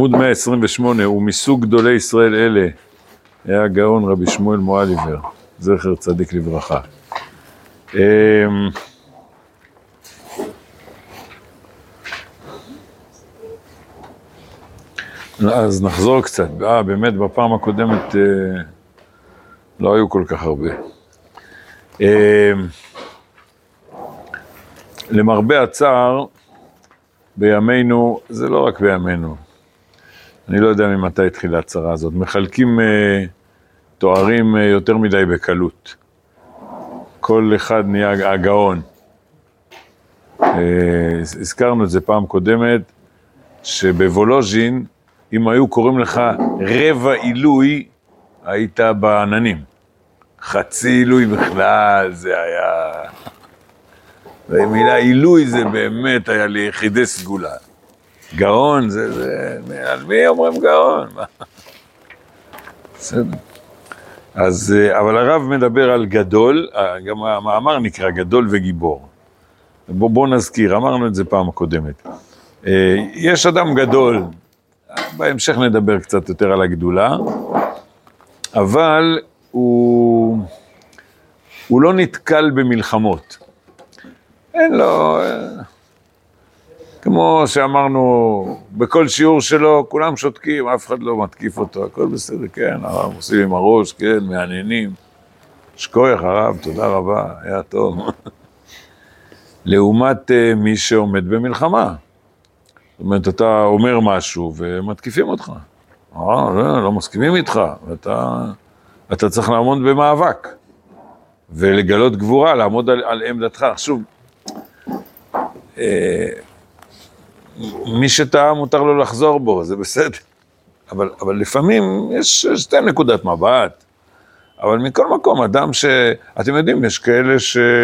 עמוד 128, ומסוג גדולי ישראל אלה, היה הגאון רבי שמואל מועליבר, זכר צדיק לברכה. אז נחזור קצת, באמת בפעם הקודמת לא היו כל כך הרבה. למרבה הצער, בימינו, זה לא רק בימינו, אני לא יודע ממתי התחילה הצרה הזאת, מחלקים תוארים יותר מדי בקלות. כל אחד נהיה הגאון. הזכרנו את זה פעם קודמת, שבוולוז'ין, אם היו קוראים לך רבע עילוי, היית בעננים. חצי עילוי בכלל, זה היה... והמילה עילוי זה באמת היה ליחידי סגולה. גאון, על מי אומרים גאון? בסדר. אז, אבל הרב מדבר על גדול, גם המאמר נקרא גדול וגיבור. בוא נזכיר, אמרנו את זה פעם הקודמת. יש אדם גדול, בהמשך נדבר קצת יותר על הגדולה, אבל הוא לא נתקל במלחמות. אין לו, כמו שאמרנו, בכל שיעור שלו, כולם שותקים, אף אחד לא מתקיף אותו, הכל בסדר, כן, הרב עושים עם הראש, כן, מעניינים. שכוח הרב, תודה רבה, היה טוב. לעומת מי שעומד במלחמה. זאת אומרת, אתה אומר משהו ומתקיפים אותך. לא מסכימים איתך, ואתה צריך לעמוד במאבק. ולגלות גבורה, לעמוד על עמדתך. שוב, מי שטעה מותר לו לחזור בו, זה בסדר. אבל לפעמים יש שתי נקודת מבט. אבל מכל מקום, אדם אתם יודעים, יש כאלה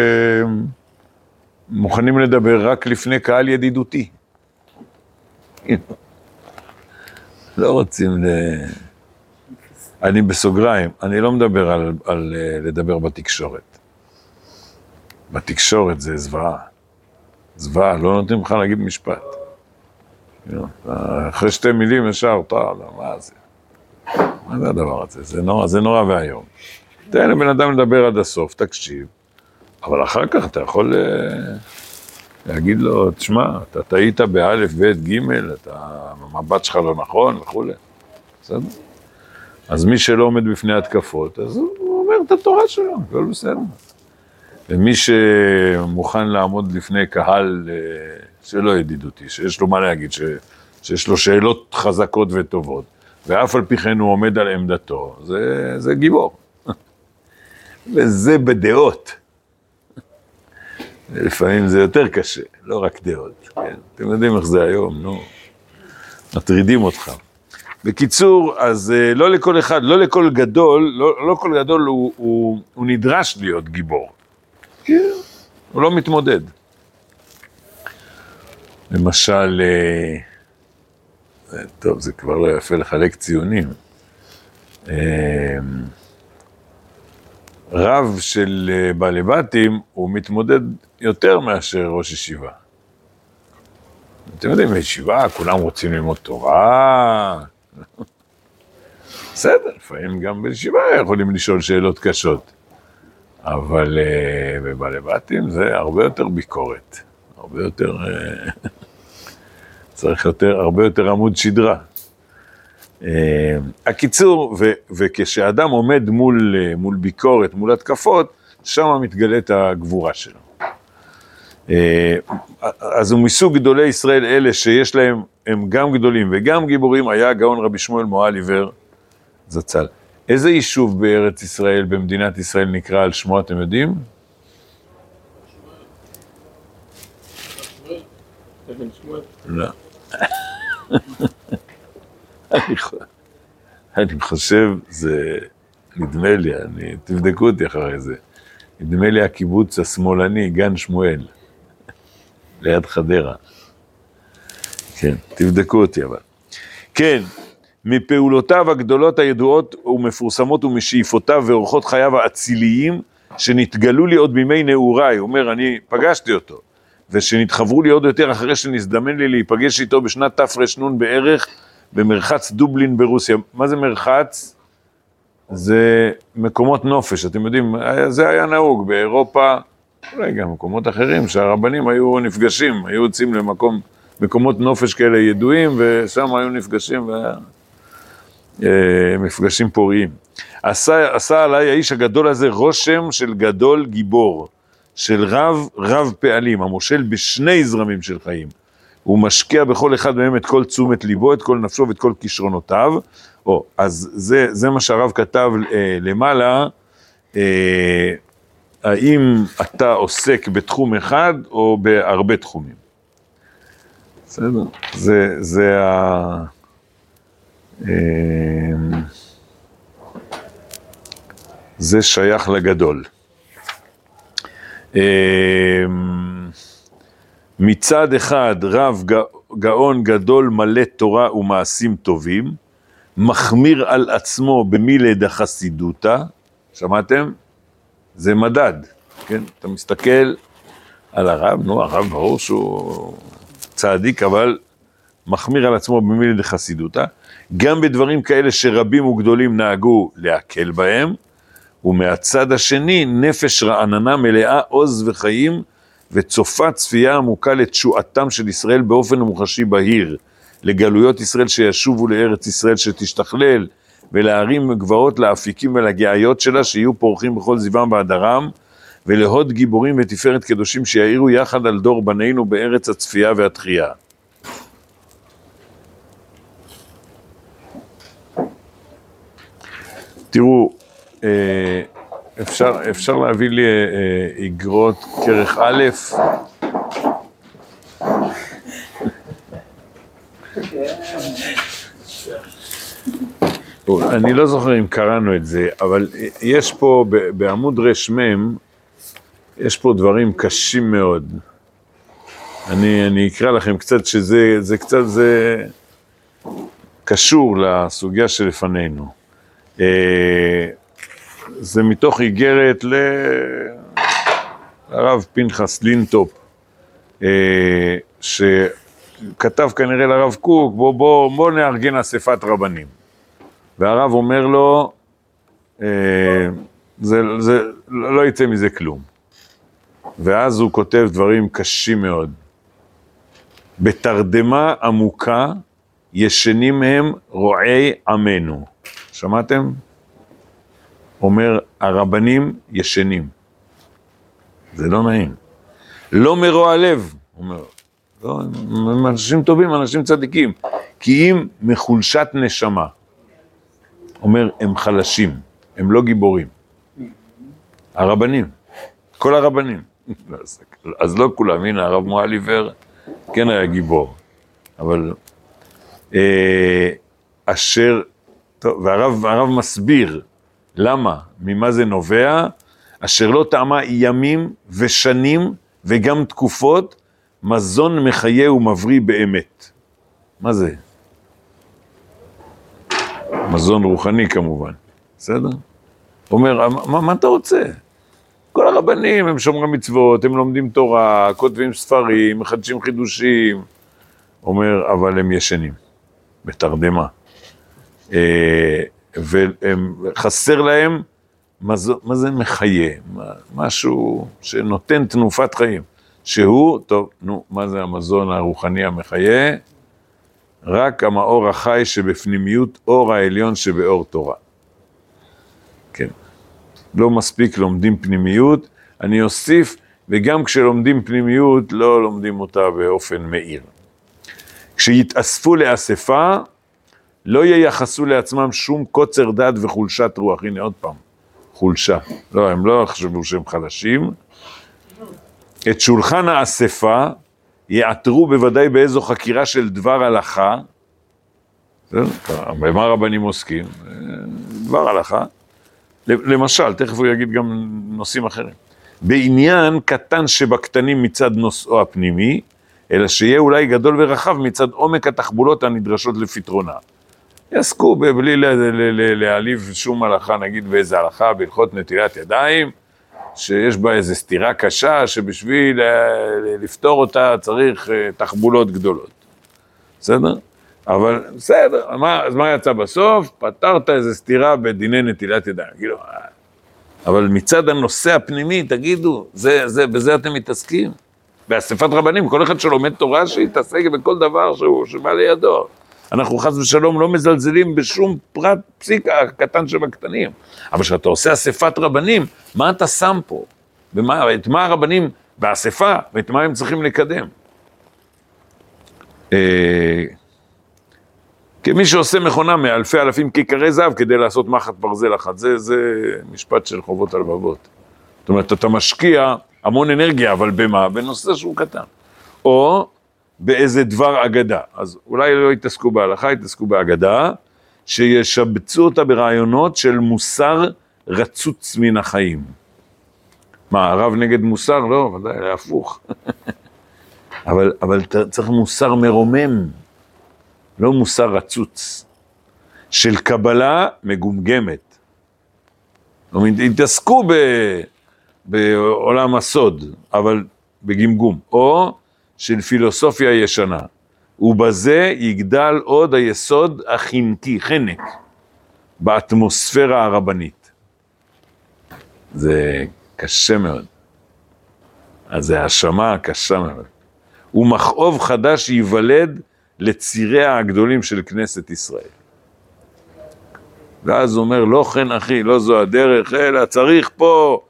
שמוכנים לדבר רק לפני קהל ידידותי. לא רוצים אני בסוגריים, אני לא מדבר על לדבר בתקשורת. בתקשורת זה זוועה. זוועה, לא נותנים לך להגיד משפט. אחרי שתי מילים ישר, מה זה? מה זה הדבר הזה? זה נורא והיום. תן לבן אדם לדבר עד הסוף, תקשיב. אבל אחר כך אתה יכול להגיד לו, תשמע, אתה טעית באלף, בית, ג', המבט שלך לא נכון וכו'. בסדר? אז מי שלא עומד בפני התקפות, אז הוא אומר את התורה שלו, הכל בסדר. ומי שמוכן לעמוד לפני קהל שלא ידידותי, שיש לו מה להגיד, שיש לו שאלות חזקות וטובות, ואף על פי כן הוא עומד על עמדתו, זה גיבור. וזה בדעות. לפעמים זה יותר קשה, לא רק דעות. כן? אתם יודעים איך זה היום, נו. מטרידים אותך. בקיצור, אז לא לכל אחד, לא לכל גדול, לא כל גדול הוא נדרש להיות גיבור. כן. הוא לא מתמודד. למשל, טוב, זה כבר לא יפה לחלק ציונים. רב של בעלי בתים הוא מתמודד יותר מאשר ראש ישיבה. אתם יודעים, בישיבה כולם רוצים ללמוד תורה. בסדר, לפעמים גם בישיבה יכולים לשאול שאלות קשות. אבל בבעלי בתים זה הרבה יותר ביקורת. הרבה יותר... צריך הרבה יותר עמוד שדרה. הקיצור, וכשאדם עומד מול ביקורת, מול התקפות, שם מתגלית הגבורה שלו. אז הוא מסוג גדולי ישראל אלה שיש להם, הם גם גדולים וגם גיבורים, היה הגאון רבי שמואל מועליבר זצ"ל. איזה יישוב בארץ ישראל, במדינת ישראל נקרא על שמו, אתם יודעים? לא. אני חושב, זה נדמה לי, תבדקו אותי אחרי זה, נדמה לי הקיבוץ השמאלני, גן שמואל, ליד חדרה. כן, תבדקו אותי אבל. כן, מפעולותיו הגדולות הידועות ומפורסמות ומשאיפותיו ואורחות חייו האציליים, שנתגלו לי עוד בימי נעוריי, הוא אומר, אני פגשתי אותו, ושנתחברו לי עוד יותר אחרי שנזדמן לי להיפגש איתו בשנת תר"ן בערך, במרחץ דובלין ברוסיה. מה זה מרחץ? זה מקומות נופש, אתם יודעים, זה היה נהוג באירופה, אולי גם מקומות אחרים, שהרבנים היו נפגשים, היו יוצאים מקומות נופש כאלה ידועים, ושם היו נפגשים, מפגשים פוריים. עשה עליי האיש הגדול הזה רושם של גדול גיבור, של רב פעלים, המושל בשני זרמים של חיים. הוא משקיע בכל אחד מהם את כל תשומת ליבו, את כל נפשו ואת כל כישרונותיו. אז זה מה שהרב כתב למעלה, האם אתה עוסק בתחום אחד או בהרבה תחומים. בסדר? זה שייך לגדול. מצד אחד רב גאון גדול מלא תורה ומעשים טובים, מחמיר על עצמו במילד החסידותה, שמעתם? זה מדד, כן? אתה מסתכל על הרב, הרב ברור שהוא צדיק, אבל מחמיר על עצמו במילד החסידותה, גם בדברים כאלה שרבים וגדולים נהגו להקל בהם, ומהצד השני נפש רעננה מלאה עוז וחיים, וצופה צפייה עמוקה לתשועתם של ישראל באופן מוחשי בהיר, לגלויות ישראל שישובו לארץ ישראל שתשתכלל, ולהרים גבעות לאפיקים ולגאיות שלה שיהיו פורחים בכל זיוון בהדרם, ולהוד גיבורים ותפארת קדושים שיעירו יחד על דור בנינו בארץ הצפייה והתחייה. תראו, אפשר להביא לי איגרות כרך א', אני לא זוכר אם קראנו את זה, אבל יש פה בעמוד רשמם, יש פה דברים קשים מאוד. אני אקרא לכם קצת שזה קצת זה קשור לסוגיה שלפנינו. זה מתוך איגרת לרב פנחס לינטופ, שכתב כנראה לרב קוק, בוא נארגן אספת רבנים. והרב אומר לו, זה לא יצא מזה כלום. ואז הוא כותב דברים קשים מאוד. בתרדמה עמוקה ישנים הם רועי עמנו. שמעתם? אומר, הרבנים ישנים. זה לא נעים. לא מרוע לב, אומר. לא, הם אנשים טובים, אנשים צדיקים. כי אם מחולשת נשמה. אומר, הם חלשים, הם לא גיבורים. הרבנים, כל הרבנים. אז לא כולם, הנה הרב מואליבר כן היה גיבור. אבל טוב, והרב מסביר, למה? ממה זה נובע? אשר לא טעמה ימים ושנים וגם תקופות, מזון מחיה ומבריא באמת. מה זה? מזון רוחני כמובן, בסדר? אומר, מה אתה רוצה? כל הרבנים הם שומרי מצוות, הם לומדים תורה, כותבים ספרים, מחדשים חידושים. אומר, אבל הם ישנים, בתרדמה. וחסר להם, מה זה מחיה? משהו שנותן תנופת חיים. שהוא, טוב, מה זה המזון הרוחני המחיה? רק המאור החי שבפנימיות אור העליון שבאור תורה. כן. לא מספיק לומדים פנימיות, אני אוסיף, וגם כשלומדים פנימיות, לא לומדים אותה באופן מאיר. כשיתאספו לאספה, לא ייחסו לעצמם שום קוצר דעת וחולשת רוח. הנה עוד פעם, חולשה. לא, הם לא חשבו שהם חלשים. את שולחן האספה, יעתרו בוודאי באיזו חקירה של דבר הלכה, במה רבנים עוסקים? דבר הלכה, למשל, תכף הוא יגיד גם נושאים אחרים, בעניין קטן שבקטנים מצד נושאו הפנימי, אלא שיהיה אולי גדול ורחב מצד עומק התחבולות הנדרשות לפתרונה. יעסקו בלי להעליב שום הלכה, נגיד באיזה הלכה, בהלכות נטילת ידיים, שיש בה איזו סתירה קשה, שבשביל לפתור אותה צריך תחבולות גדולות. בסדר? אבל בסדר, אז מה יצא בסוף? פתרת איזו סתירה בדיני נטילת ידיים. כאילו, אבל מצד הנושא הפנימי, תגידו, בזה אתם מתעסקים? באספת רבנים, כל אחד שלומד תורה שיתעסק בכל דבר שבא לידו. אנחנו חס ושלום לא מזלזלים בשום פרט פסיק הקטן שבקטנים. אבל כשאתה עושה אספת רבנים, מה אתה שם פה? את מה הרבנים באספה, ואת מה הם צריכים לקדם? כמי שעושה מכונה מאלפי אלפים כיכרי זהב כדי לעשות מחט ברזל אחת, זה משפט של חובות הלבבות. זאת אומרת, אתה משקיע המון אנרגיה, אבל במה? בנושא שהוא קטן. או באיזה דבר אגדה. אז אולי לא יתעסקו בהלכה, יתעסקו באגדה, שישבצו אותה ברעיונות של מוסר רצוץ מן החיים. מה, הרב נגד מוסר? לא, ודאי, להפוך. אבל צריך מוסר מרומם, לא מוסר רצוץ, של קבלה מגומגמת. יתעסקו בעולם הסוד, אבל בגמגום, או של פילוסופיה ישנה, ובזה יגדל עוד היסוד החינקי, חנק, באטמוספירה הרבנית. זה קשה מאוד. אז זה האשמה קשה מאוד. ומכאוב חדש ייוולד לציריה הגדולים של כנסת ישראל. ואז הוא אומר, לא כן אחי, לא זו הדרך, אלא צריך פה,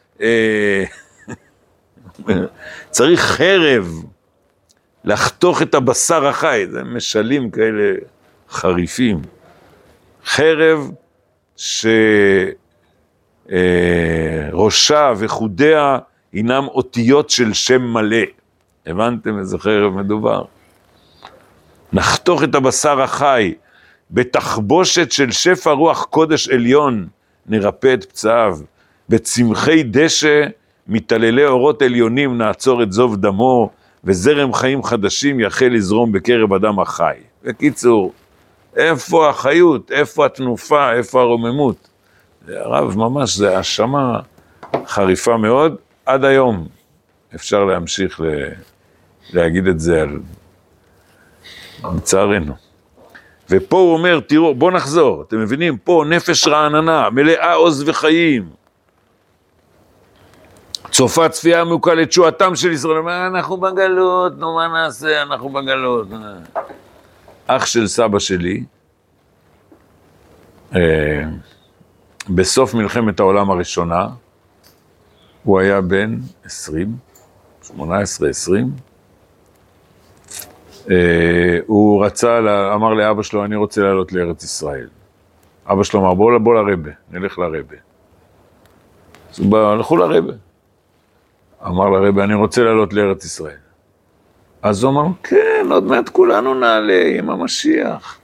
צריך חרב, לחתוך את הבשר החי, זה משלים כאלה חריפים. חרב שראשה וחודיה הינם אותיות של שם מלא. הבנתם איזה חרב מדובר? נחתוך את הבשר החי, בתחבושת של שפע רוח קודש עליון, נרפא את פצעיו, בצמחי דשא, מתעללי אורות עליונים, נעצור את זוב דמו, וזרם חיים חדשים יחל לזרום בקרב אדם החי. בקיצור, איפה החיות, איפה התנופה, איפה הרוממות? הרב ממש, זה האשמה חריפה מאוד, עד היום אפשר להמשיך להגיד את זה על מצערנו. ופה הוא אומר, תראו, בוא נחזור, אתם מבינים? פה נפש רעננה, מלאה עוז וחיים. צופה צפייה עמוקה לתשועתם של ישראל, מה, אנחנו בגלות, נו מה נעשה, אנחנו בגלות. אח של סבא שלי, בסוף מלחמת העולם הראשונה, הוא היה בן 20, 18, 20, הוא רצה, אמר לאבא שלו, אני רוצה לעלות לארץ ישראל. אבא שלו אמר, בוא לרבא, נלך לרבא. אז הוא בא, הלכו לרבא. אמר לרבא, אני רוצה לעלות לארץ ישראל. אז הוא אמר, כן, עוד מעט כולנו נעלה עם המשיח.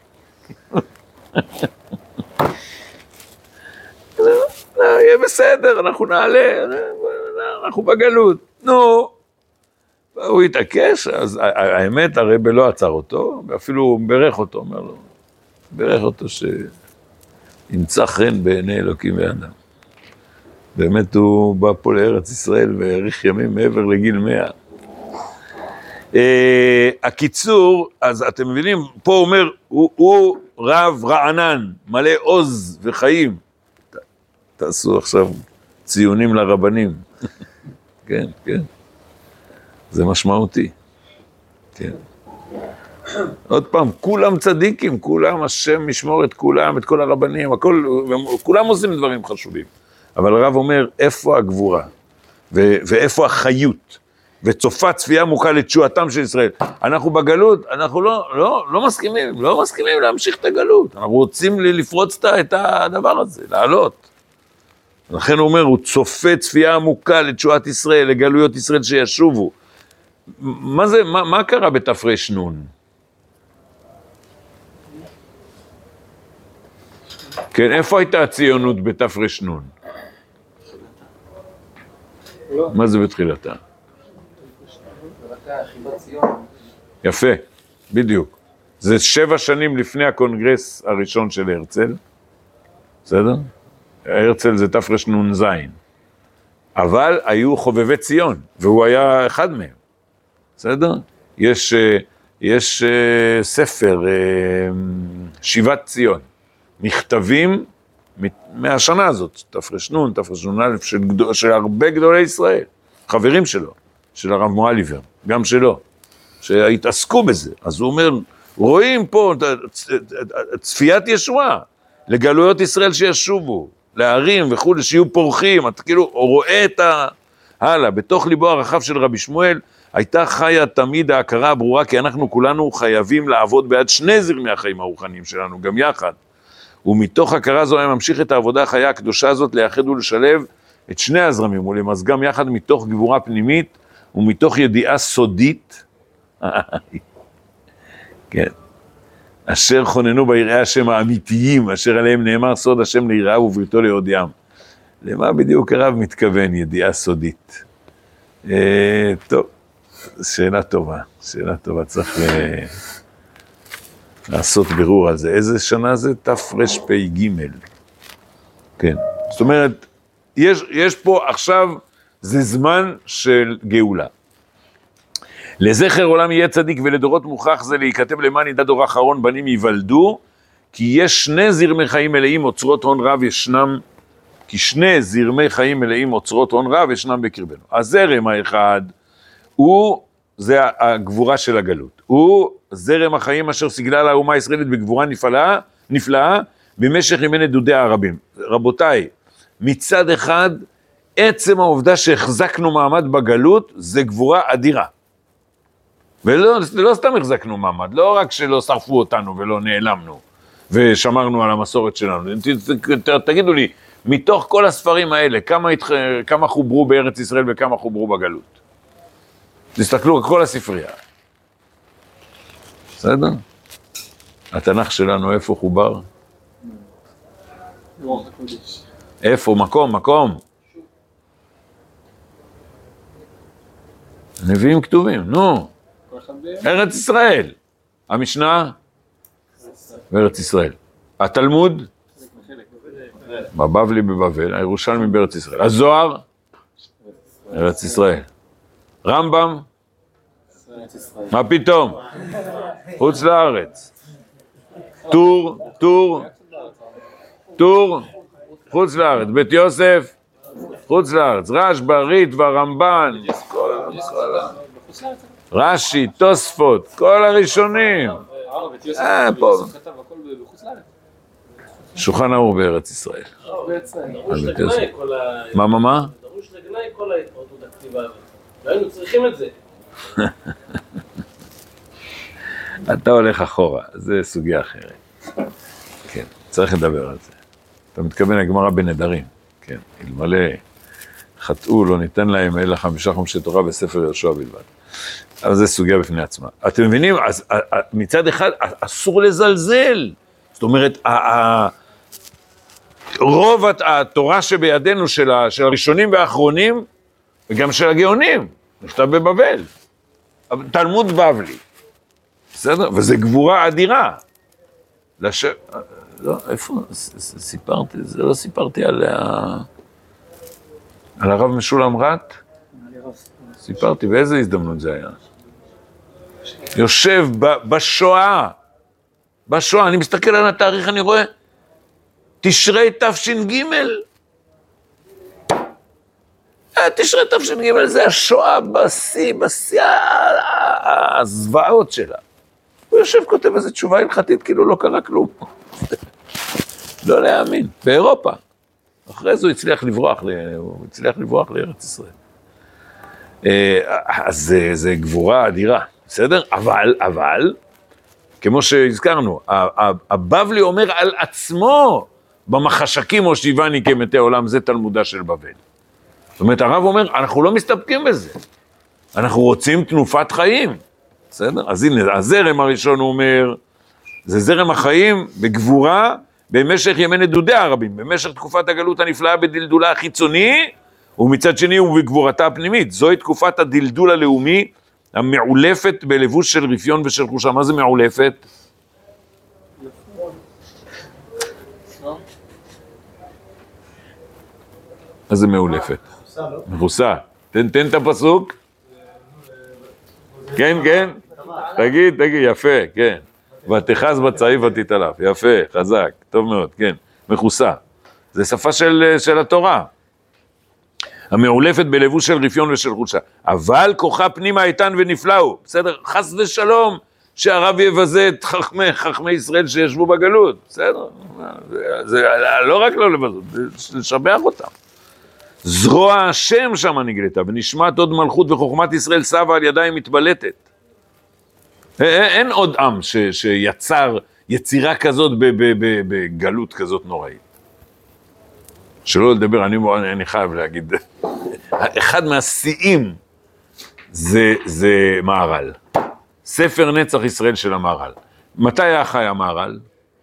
יהיה בסדר, אנחנו נעלה, אנחנו בגלות. נו, הוא התעקש, אז האמת הרבא לא עצר אותו, ואפילו הוא ברך אותו, אומר לו, ברך אותו שימצא חן בעיני אלוקים ואדם. באמת הוא בא פה לארץ ישראל והאריך ימים מעבר לגיל 100. הקיצור, אז אתם מבינים, פה הוא אומר, הוא רב רענן, מלא עוז וחיים. תעשו עכשיו ציונים לרבנים. כן, כן. זה משמעותי. כן. עוד פעם, כולם צדיקים, כולם, השם משמור את כולם, את כל הרבנים, כולם עושים דברים חשובים. אבל הרב אומר, איפה הגבורה? ואיפה החיות? וצופה צפייה עמוקה לתשועתם של ישראל. אנחנו בגלות, אנחנו לא מסכימים להמשיך את הגלות. אנחנו רוצים לפרוץ את הדבר הזה, לעלות. לכן הוא אומר, הוא צופה צפייה עמוקה לתשועת ישראל, לגלויות ישראל שישובו. מה קרה בתר"ן? כן, איפה הייתה הציונות בתר"ן? מה זה בתחילתה? יפה, בדיוק. זה 7 שנים לפני הקונגרס הראשון של הרצל. בסדר? הרצל זה תר"נ. אבל היו חובבי ציון, והוא היה אחד מהם. בסדר? יש יש ספר, שיבת ציון, מכתבים מהשנה הזאת, תפרשנון, תפרשנון של הרבה גדולי ישראל, חברים שלו, של הרב מואליבר, גם שלו, שהתעסקו בזה. אז הוא אומר, רואים פה צפיית ישועה, לגלויות ישראל שישובו, להרים וכו', שיהיו פורחים, אתה כאילו רואה את הלאה, בתוך ליבו הרחב של רבי שמואל, הייתה חיה תמיד ההכרה הברורה, כי אנחנו כולנו חייבים לעבוד בעד שני זרמי החיים הרוחניים שלנו, גם יחד. ומתוך הכרה זו היה ממשיך את העבודה החיה הקדושה הזאת, לייחד ולשלב את שני הזרמים, ולמזגם יחד מתוך גבורה פנימית, ומתוך ידיעה סודית, כן, אשר חוננו ביראי השם האמיתיים, אשר עליהם נאמר סוד השם ליראיו ובריתו להודיעם. למה בדיוק הרב מתכוון ידיעה סודית? טוב, שאלה טובה, צריך לעשות בירור על זה. איזה שנה זה? תרפ"ג. כן, זאת אומרת, יש פה עכשיו, זה זמן של גאולה. לזכר עולם יהיה צדיק ולדורות מוכרח זה להיכתב למען ידע דור אחרון בנים ייוולדו, כי יש שני זרמי חיים מלאים אוצרות הון רב ישנם, כי שני זרמי חיים מלאים אוצרות הון רב ישנם בקרבנו. הזרם האחד זה הגבורה של הגלות, הוא זרם החיים אשר סגלה לאומה הישראלית בגבורה נפלאה במשך ימי נדודי הרבים. רבותיי, מצד אחד, עצם העובדה שהחזקנו מעמד בגלות, זה גבורה אדירה. ולא סתם החזקנו מעמד, לא רק שלא שרפו אותנו ולא נעלמנו, ושמרנו על המסורת שלנו. תגידו לי, מתוך כל הספרים האלה, כמה חוברו בארץ ישראל וכמה חוברו בגלות? תסתכלו על כל הספרייה. בסדר? התנ"ך שלנו, איפה חובר? רוח הקודש. איפה? מקום. נביאים כתובים, נו. ארץ ישראל. המשנה? בארץ ישראל. התלמוד? בבבלי בבבל, הירושלמי בארץ ישראל. הזוהר? ארץ ישראל. רמב"ם? מה פתאום? חוץ לארץ. טור? חוץ לארץ. בית יוסף? חוץ לארץ. רשב"א, ריטב"א, רמב"ן, רש"י, תוספות, כל הראשונים. פה. שולחן ערוך בארץ ישראל. מה? דרוש לגנאי כל ההתפרטות הכתיבה. והיינו צריכים את זה. אתה הולך אחורה, זה סוגיה אחרת. כן, צריך לדבר על זה. אתה מתכוון לגמרא בנדרים. כן, אלמלא חטאו, לא ניתן להם אלא 5 חומשי תורה בספר יהושע בלבד. אבל זה סוגיה בפני עצמה. אתם מבינים? אז מצד אחד אסור לזלזל. זאת אומרת, רוב התורה שבידינו של הראשונים והאחרונים, וגם של הגאונים, נכתב בבבל. תלמוד בבלי. בסדר? וזה גבורה אדירה. לא, איפה? סיפרתי, זה לא סיפרתי על הרב משולם רט? סיפרתי, באיזה הזדמנות זה היה? יושב בשואה, אני מסתכל על התאריך, אני רואה, תשרי תש"ג. תשרי תש"ג זה השואה בשיא הזוועות שלה. הוא יושב, כותב איזו תשובה הלכתית, כאילו לא קרה כלום. לא להאמין, באירופה. אחרי זה הוא הצליח לברוח לארץ ישראל. אז זה גבורה אדירה, בסדר? אבל, כמו שהזכרנו, הבבלי אומר על עצמו, במחשכים הושיבני כמתי עולם, זה תלמודה של בבל. זאת אומרת, הרב אומר, אנחנו לא מסתפקים בזה. אנחנו רוצים תנופת חיים. בסדר? אז הנה, הזרם הראשון הוא אומר, זה זרם החיים בגבורה, במשך ימי נדודי הרבים, במשך תקופת הגלות הנפלאה בדלדולה החיצוני, ומצד שני הוא בגבורתה הפנימית. זוהי תקופת הדלדול הלאומי, המעולפת בלבוש של רפיון ושל חושה. מה זה מעולפת? מה זה מעולפת? מכוסה. תן את הפסוק. כן. תגיד, יפה, כן. ותחז בצעיף ותתעלף, יפה, חזק, טוב מאוד, כן, מכוסה. זה שפה של התורה. המעולפת בלבוש של רפיון ושל חולשה. אבל כוחה פנימה איתן ונפלא הוא. בסדר? חס ושלום שהרב יבזה את חכמי ישראל שישבו בגלות. בסדר? זה לא רק לא לבזות, זה לשבח אותם. זרוע השם שם נגלתה, ונשמעת עוד מלכות וחוכמת ישראל סבה על ידיים מתבלטת. אין עוד עם שיצר יצירה כזאת בגלות כזאת נוראית. שלא לדבר, אני חייב להגיד, אחד מהשיאים זה מהר"ל. ספר נצח ישראל של המהר"ל. מתי היה חי המהר"ל?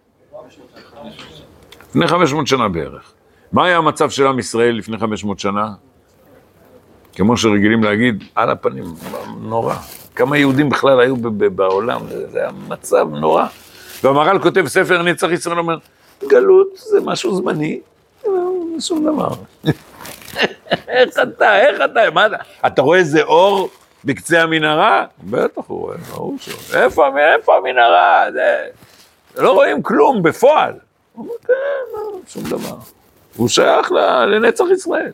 לפני 500 שנה בערך. מה היה המצב של עם ישראל לפני 500 שנה? כמו שרגילים להגיד, על הפנים, נורא. כמה יהודים בכלל היו בעולם, זה היה מצב נורא. והמהר"ל כותב ספר נצח ישראל, אומר, גלות זה משהו זמני, שום דבר. איך אתה, מה אתה? אתה רואה איזה אור בקצה המנהרה? בטח הוא רואה, ברור שלא. איפה המנהרה? לא רואים כלום בפועל. הוא אומר, כן, שום דבר. הוא שייך לנצח ישראל.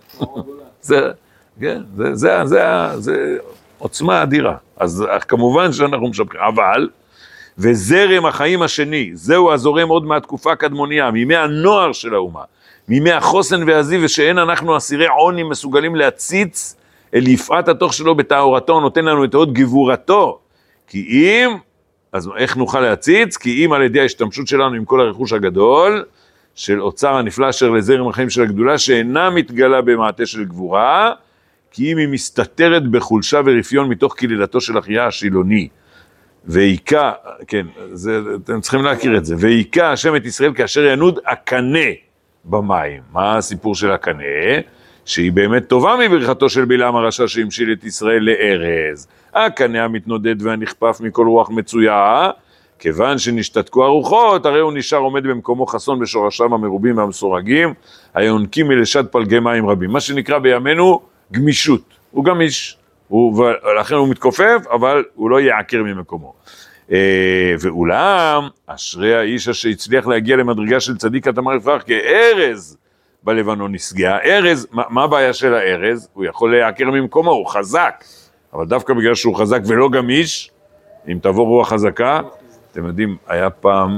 זה עוצמה אדירה. אז כמובן שאנחנו משבחים, אבל, וזרם החיים השני, זהו הזורם עוד מהתקופה הקדמוניה, מימי הנוער של האומה, מימי החוסן והזיו, ושאין אנחנו אסירי עוני מסוגלים להציץ אל יפעת התוך שלו בתאורתו, נותן לנו את עוד גבורתו. כי אם, אז איך נוכל להציץ? כי אם על ידי ההשתמשות שלנו עם כל הרכוש הגדול, של אוצר הנפלא אשר לזרם החיים של הגדולה, שאינה מתגלה במעטה של גבורה, כי אם היא מסתתרת בחולשה ורפיון מתוך קלילתו של אחיה השילוני. ויקה, כן, אתם צריכים להכיר את זה, ויקה השם את ישראל כאשר ינוד הקנה במים. מה הסיפור של הקנה? שהיא באמת טובה מברכתו של בלעם הרשע שהמשיל את ישראל לארז. הקנה המתנודד והנכפף מכל רוח מצויה, כיוון שנשתתקו הרוחות, הרי הוא נשאר עומד במקומו חסון בשורשם המרובים והמסורגים, היונקים מלשד פלגי מים רבים. מה שנקרא בימינו גמישות. הוא גמיש, ולכן הוא מתכופף, אבל הוא לא יעקר ממקומו. ואולם, אשרי האיש שהצליח להגיע למדרגה של צדיק התמר יפרח כארז בלבנון נסגע. ארז, מה הבעיה של הארז? הוא יכול להעקר ממקומו, הוא חזק. אבל דווקא בגלל שהוא חזק ולא גמיש, אם תבוא רוח חזקה, אתם יודעים, היה פעם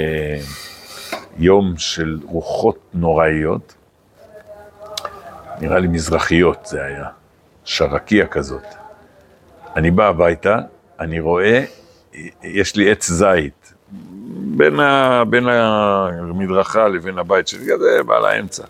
יום של רוחות נוראיות, נראה לי מזרחיות זה היה, שרקיה כזאת. אני בא הביתה, אני רואה, יש לי עץ זית, בין המדרכה לבין הבית שלי, זה בא לאמצע.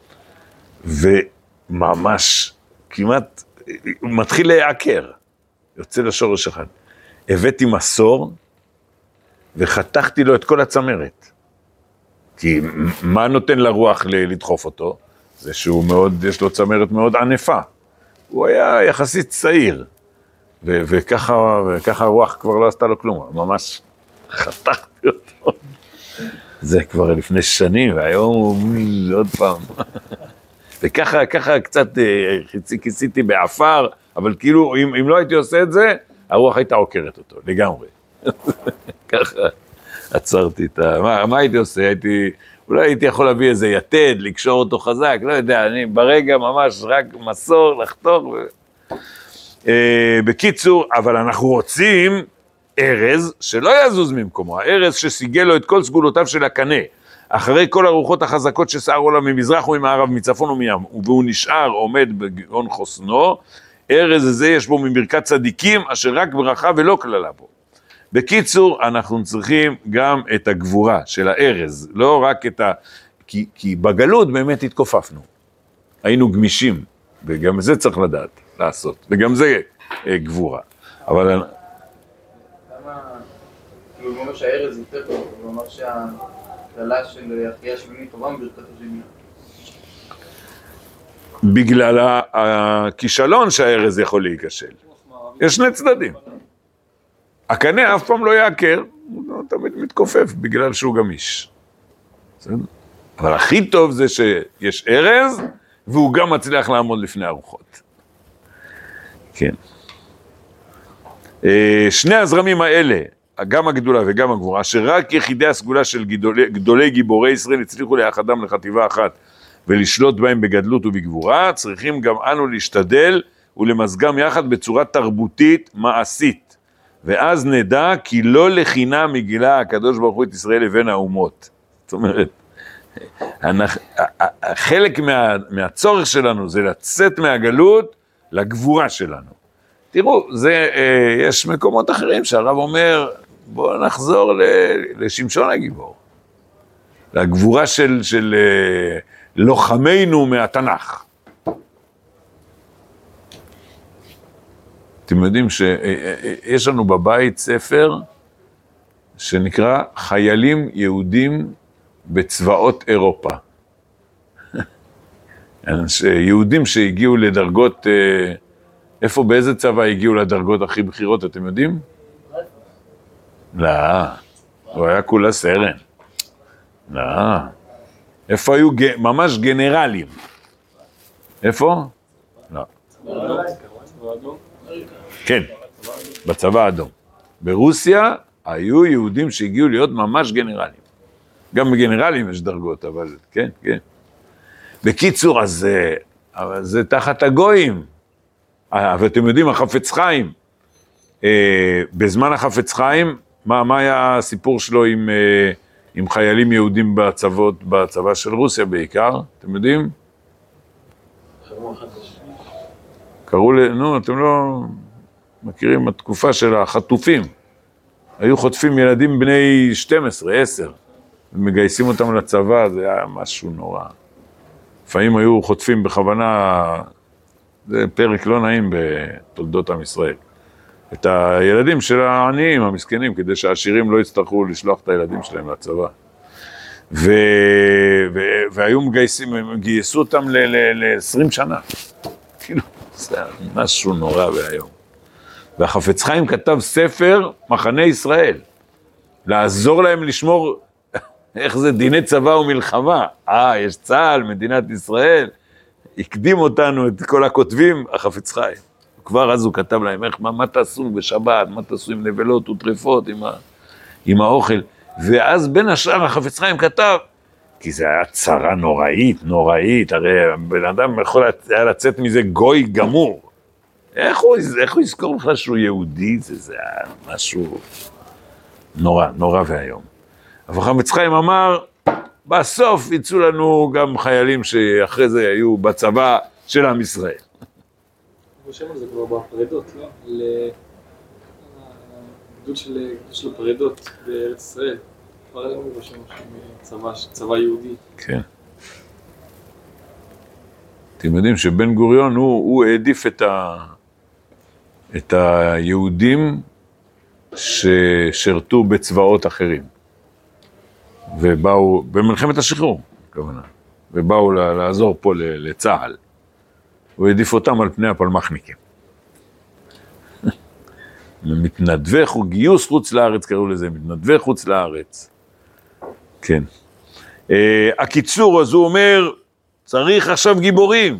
וממש, כמעט, מתחיל להיעקר, יוצא לשורש אחד. הבאתי מסור, וחתכתי לו את כל הצמרת. כי מה נותן לרוח לדחוף אותו? זה שהוא מאוד, יש לו צמרת מאוד ענפה. הוא היה יחסית צעיר, וככה הרוח כבר לא עשתה לו כלום, ממש חתכתי אותו. זה כבר לפני שנים, והיום הוא עוד פעם. וככה קצת כיסיתי בעפר, אבל כאילו אם לא הייתי עושה את זה, הרוח הייתה עוקרת אותו, לגמרי. ככה עצרתי את מה הייתי עושה? אולי הייתי יכול להביא איזה יתד, לקשור אותו חזק, לא יודע, אני ברגע ממש רק מסור, לחתוך. בקיצור, אבל אנחנו רוצים ארז שלא יזוז ממקומו, הארז שסיגל לו את כל סגולותיו של הקנה, אחרי כל הרוחות החזקות שסערו לה ממזרח וממערב, מצפון ומים, והוא נשאר עומד בגאון חוסנו, ארז הזה יש בו מברכת צדיקים, אשר רק ברכה ולא כללה בו. בקיצור, אנחנו צריכים גם את הגבורה של הארז, לא רק את כי בגלות באמת התכופפנו. היינו גמישים, וגם זה צריך לדעת, לעשות, וגם זה גבורה. אבל למה, כאילו, הוא אומר שהארז יותר טוב, הוא אומר שהכללה של אחיה השמיני טובה מברכתו של בלעם. בגלל הכישלון שהארז יכול להיכשל. יש שני צדדים. הקנה אף פעם לא יעקר, הוא תמיד מתכופף בגלל שהוא גמיש. אבל הכי טוב זה שיש ארז, והוא גם מצליח לעמוד לפני הרוחות. כן. שני הזרמים האלה, גם הגדולה וגם הגבורה, שרק יחידי הסגולה של גדולי גיבורי ישראל הצליחו לאחדם לחטיבה אחת ולשלוט בהם בגדלות ובגבורה, צריכים גם אנו להשתדל ולמזגם יחד בצורה תרבותית מעשית. ואז נדע כי לא לחינם מגילה הקדוש ברוך הוא את ישראל לבין האומות. זאת אומרת, חלק מהצורך שלנו זה לצאת מהגלות לגבורה שלנו. תראו, יש מקומות אחרים שהרב אומר, בואו נחזור לשמשון הגיבור. לגבורה של לוחמינו מהתנ"ך. אתם יודעים שיש לנו בבית ספר שנקרא חיילים יהודים בצבאות אירופה. יהודים שהגיעו לדרגות, איפה, באיזה צבא הגיעו לדרגות הכי בכירות, אתם יודעים? לא, הוא היה כולה סרן. לא. איפה היו ממש גנרלים? איפה? לא. כן, בצבא האדום. ברוסיה היו יהודים שהגיעו להיות ממש גנרלים. גם בגנרלים יש דרגות, אבל כן, כן. בקיצור, אז זה תחת הגויים. ואתם יודעים, החפץ חיים, בזמן החפץ חיים, מה היה הסיפור שלו עם חיילים יהודים בצבא של רוסיה בעיקר? אתם יודעים? קראו נו, אתם לא מכירים התקופה של החטופים. היו חוטפים ילדים בני 12, 10, ומגייסים אותם לצבא, זה היה משהו נורא. לפעמים היו חוטפים בכוונה, זה פרק לא נעים בתולדות עם ישראל. את הילדים של העניים, המסכנים, כדי שהעשירים לא יצטרכו לשלוח את הילדים שלהם לצבא. והיו גייסו אותם ל-20 שנה. כאילו, זה משהו נורא והיום. והחפץ חיים כתב ספר מחנה ישראל, לעזור להם לשמור איך זה דיני צבא ומלחמה. יש צה"ל, מדינת ישראל, הקדים אותנו את כל הכותבים, החפץ חיים. כבר אז הוא כתב להם, מה תעשו בשבת, מה תעשו עם נבלות וטרפות, עם האוכל. ואז בין השאר החפץ חיים כתב, כי זה היה צרה נוראית, הרי בן אדם יכול היה לצאת מזה גוי גמור. איך הוא יזכור בכלל שהוא יהודי? זה היה משהו נורא והיום. אבל חפץ חיים אמר, בסוף יצאו לנו גם חיילים שאחרי זה היו בצבא של עם ישראל. הוא שם על זה כבר בפרדות, לא? לגדוד של הפרדות בארץ ישראל. כבר היום הוא שם צבא יהודי. כן. אתם יודעים שבן גוריון הוא העדיף את היהודים ששרתו בצבאות אחרים. ובאו, במלחמת השחרור, כמובן, ובאו לעזור פה לצה"ל. הוא העדיף אותם על פני הפלמחניקים. מתנדבי גיוס חוץ לארץ, קראו לזה, מתנדבי חוץ לארץ. כן. הקיצור, אז הוא אומר, צריך עכשיו גיבורים.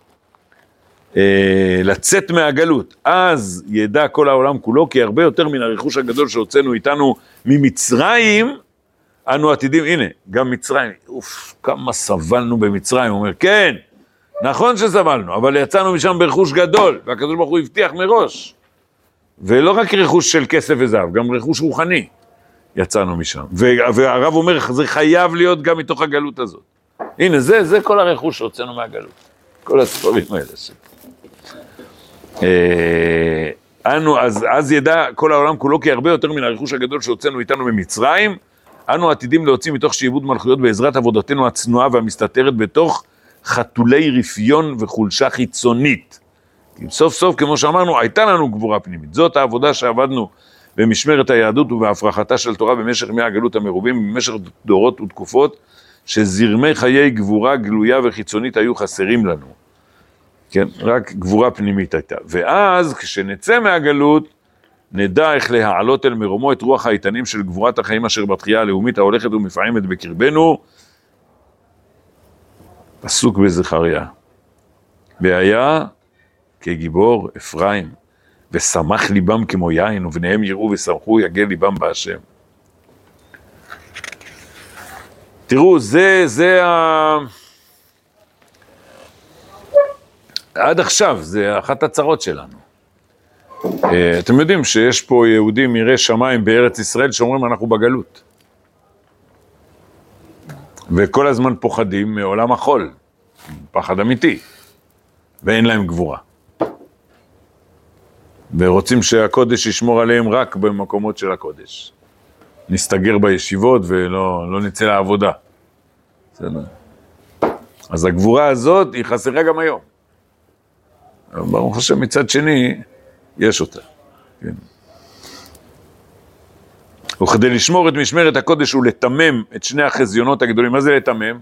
לצאת מהגלות. אז ידע כל העולם כולו, כי הרבה יותר מן הרכוש הגדול שהוצאנו איתנו ממצרים, אנו עתידים, הנה, גם מצרים, כמה סבלנו במצרים, הוא אומר, כן, נכון שסבלנו, אבל יצאנו משם ברכוש גדול, והקדוש ברוך הוא הבטיח מראש, ולא רק רכוש של כסף וזהב, גם רכוש רוחני, יצאנו משם, והרב אומר, זה חייב להיות גם מתוך הגלות הזאת. הנה, זה כל הרכוש שהוצאנו מהגלות, כל הספרים האלה. אז ידע כל העולם כולו, כי הרבה יותר מן הרכוש הגדול שהוצאנו איתנו ממצרים, אנו עתידים להוציא מתוך שעבוד מלכויות בעזרת עבודתנו הצנועה והמסתתרת בתוך חתולי רפיון וחולשה חיצונית. סוף סוף, כמו שאמרנו, הייתה לנו גבורה פנימית. זאת העבודה שעבדנו במשמרת היהדות ובהפרחתה של תורה במשך ימי הגלות המרובים, במשך דורות ותקופות, שזרמי חיי גבורה גלויה וחיצונית היו חסרים לנו. כן, רק גבורה פנימית הייתה. ואז כשנצא מהגלות, נדע איך להעלות אל מרומו את רוח האיתנים של גבורת החיים אשר בתחייה הלאומית ההולכת ומפעמת בקרבנו. פסוק בזכריה. והיה כגיבור אפרים, ושמח ליבם כמו יין, ובניהם יראו ושמחו, יגל ליבם בהשם. תראו, עד עכשיו, זה אחת הצרות שלנו. אתם יודעים שיש פה יהודים יראי שמיים בארץ ישראל שאומרים אנחנו בגלות. וכל הזמן פוחדים מעולם החול, פחד אמיתי, ואין להם גבורה. ורוצים שהקודש ישמור עליהם רק במקומות של הקודש. נסתגר בישיבות ולא נצא לעבודה. בסדר? אז הגבורה הזאת היא חסרה גם היום. ברוך השם מצד שני, יש אותה. כן. וכדי לשמור את משמרת הקודש ולתמם את שני החזיונות הגדולים. מה זה לתמם?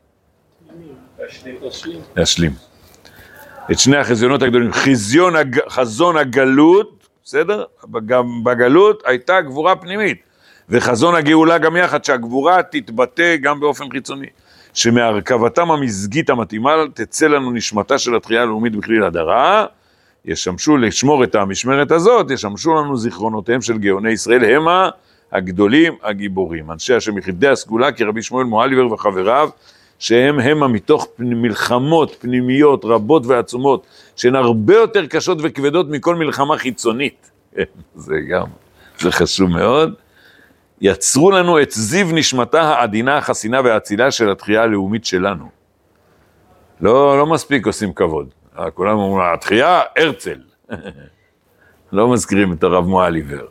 להשלים. את שני החזיונות הגדולים. חזון הגלות, בסדר? גם בגלות הייתה גבורה פנימית. וחזון הגאולה גם יחד, שהגבורה תתבטא גם באופן חיצוני. שמהרכבתם המזגית המתאימה תצא לנו נשמתה של התחייה הלאומית בכליל הדרה, ישמשו לשמור את המשמרת הזאת, ישמשו לנו זיכרונותיהם של גאוני ישראל, המה הגדולים הגיבורים. אנשי השם יחידי הסגולה, כי רבי שמואל מועליבר וחבריו, שהם המה מתוך מלחמות פנימיות רבות ועצומות, שהן הרבה יותר קשות וכבדות מכל מלחמה חיצונית. זה חשוב מאוד. יצרו לנו את זיו נשמתה העדינה, החסינה והאצילה של התחייה הלאומית שלנו. לא מספיק עושים כבוד. כולם אומרים, התחייה, הרצל. לא מזכירים את הרב מועליבר.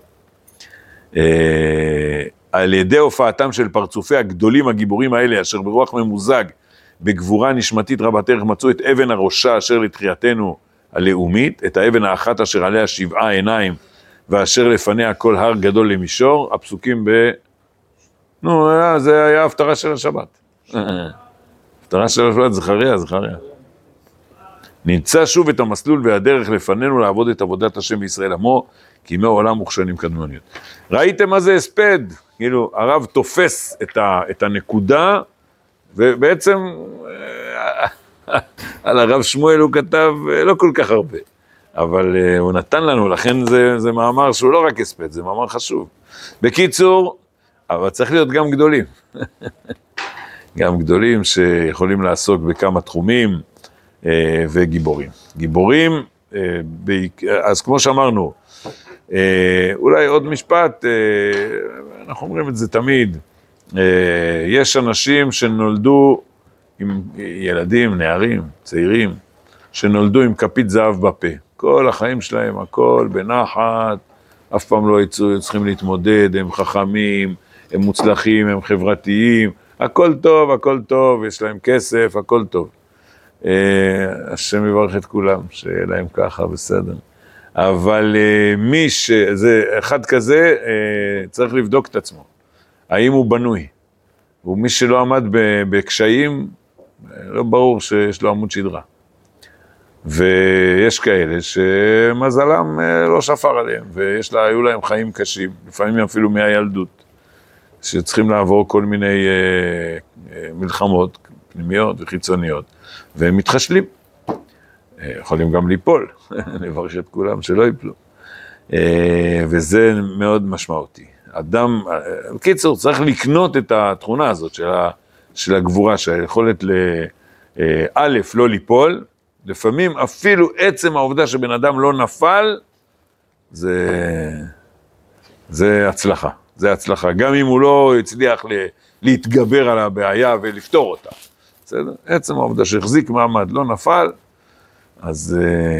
על ידי הופעתם של פרצופי הגדולים הגיבורים האלה, אשר ברוח ממוזג, בגבורה נשמתית רבת ערך, מצאו את אבן הראשה אשר לתחייתנו הלאומית, את האבן האחת אשר עליה 7 עיניים, ואשר לפניה כל הר גדול למישור, הפסוקים זה היה הפטרה של השבת. הפטרה של השבת, זכריה. נמצא שוב את המסלול והדרך לפנינו לעבוד את עבודת השם בישראל עמו, כי ימי העולם מוכשנים קדמוניות. ראיתם מה זה הספד? כאילו, הרב תופס את הנקודה, ובעצם על הרב שמואל הוא כתב לא כל כך הרבה. אבל הוא נתן לנו, לכן זה מאמר שהוא לא רק הספד, זה מאמר חשוב. בקיצור, אבל צריך להיות גם גדולים. גם גדולים שיכולים לעסוק בכמה תחומים וגיבורים. גיבורים, אז כמו שאמרנו, אולי עוד משפט, אנחנו אומרים את זה תמיד, יש אנשים שנולדו עם ילדים, נערים, צעירים, שנולדו עם כפית זהב בפה. כל החיים שלהם, הכל בנחת, אף פעם לא יצאו, צריכים להתמודד, הם חכמים, הם מוצלחים, הם חברתיים, הכל טוב, יש להם כסף, הכל טוב. השם יברך את כולם, שיהיה להם ככה, בסדר. אבל מי שזה, אחד כזה, צריך לבדוק את עצמו. האם הוא בנוי? ומי שלא עמד בקשיים, לא ברור שיש לו עמוד שדרה. ויש כאלה שמזלם לא שפר עליהם, והיו להם חיים קשים, לפעמים אפילו מהילדות, שצריכים לעבור כל מיני מלחמות פנימיות וחיצוניות, והם מתחשלים. יכולים גם ליפול, נברך את כולם שלא ייפלו. וזה מאוד משמעותי. אדם, בקיצור, צריך לקנות את התכונה הזאת של הגבורה, שהיכולת א', לא ליפול, לפעמים אפילו עצם העובדה שבן אדם לא נפל, זה הצלחה. זה הצלחה. גם אם הוא לא הצליח להתגבר על הבעיה ולפתור אותה. בסדר? עצם העובדה שהחזיק מעמד לא נפל, אז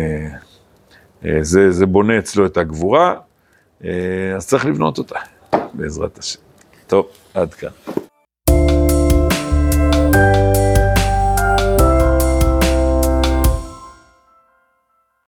זה בונה אצלו את הגבורה, אז צריך לבנות אותה, בעזרת השם. טוב, עד כאן.